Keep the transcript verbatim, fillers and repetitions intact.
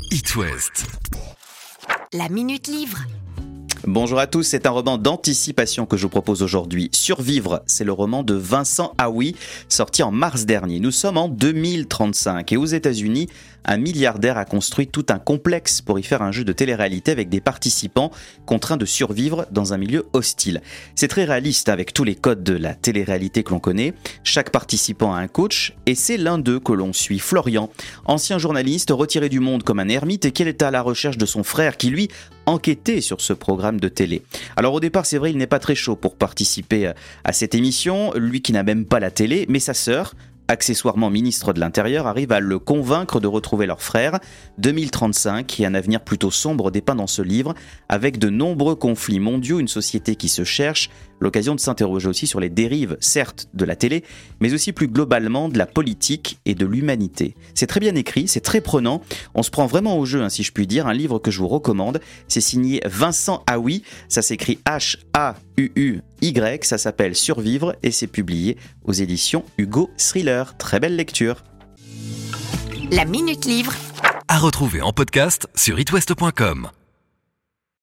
It West. La Minute Livre. Bonjour à tous, c'est un roman d'anticipation que je vous propose aujourd'hui. Survivre, c'est le roman de Vincent Haoui, sorti en mars dernier. Nous sommes en deux mille trente-cinq et aux États-Unis, un milliardaire a construit tout un complexe pour y faire un jeu de télé-réalité avec des participants contraints de survivre dans un milieu hostile. C'est très réaliste avec tous les codes de la télé-réalité que l'on connaît. Chaque participant a un coach et c'est l'un d'eux que l'on suit, Florian, ancien journaliste retiré du monde comme un ermite et qui est à la recherche de son frère qui lui enquêtait sur ce programme de télé. Alors au départ, c'est vrai, il n'est pas très chaud pour participer à cette émission, lui qui n'a même pas la télé, mais sa sœur, accessoirement ministre de l'Intérieur, arrive à le convaincre de retrouver leur frère. deux mille trente-cinq et un avenir plutôt sombre dépeint dans ce livre, avec de nombreux conflits mondiaux, une société qui se cherche, l'occasion de s'interroger aussi sur les dérives, certes, de la télé, mais aussi plus globalement de la politique et de l'humanité. C'est très bien écrit, c'est très prenant, on se prend vraiment au jeu, hein, si je puis dire, un livre que je vous recommande, c'est signé Vincent Haoui, ça s'écrit H A U U Y, ça s'appelle Survivre et c'est publié aux éditions Hugo Thriller. Très belle lecture. La Minute Livre. À retrouver en podcast sur it west point com.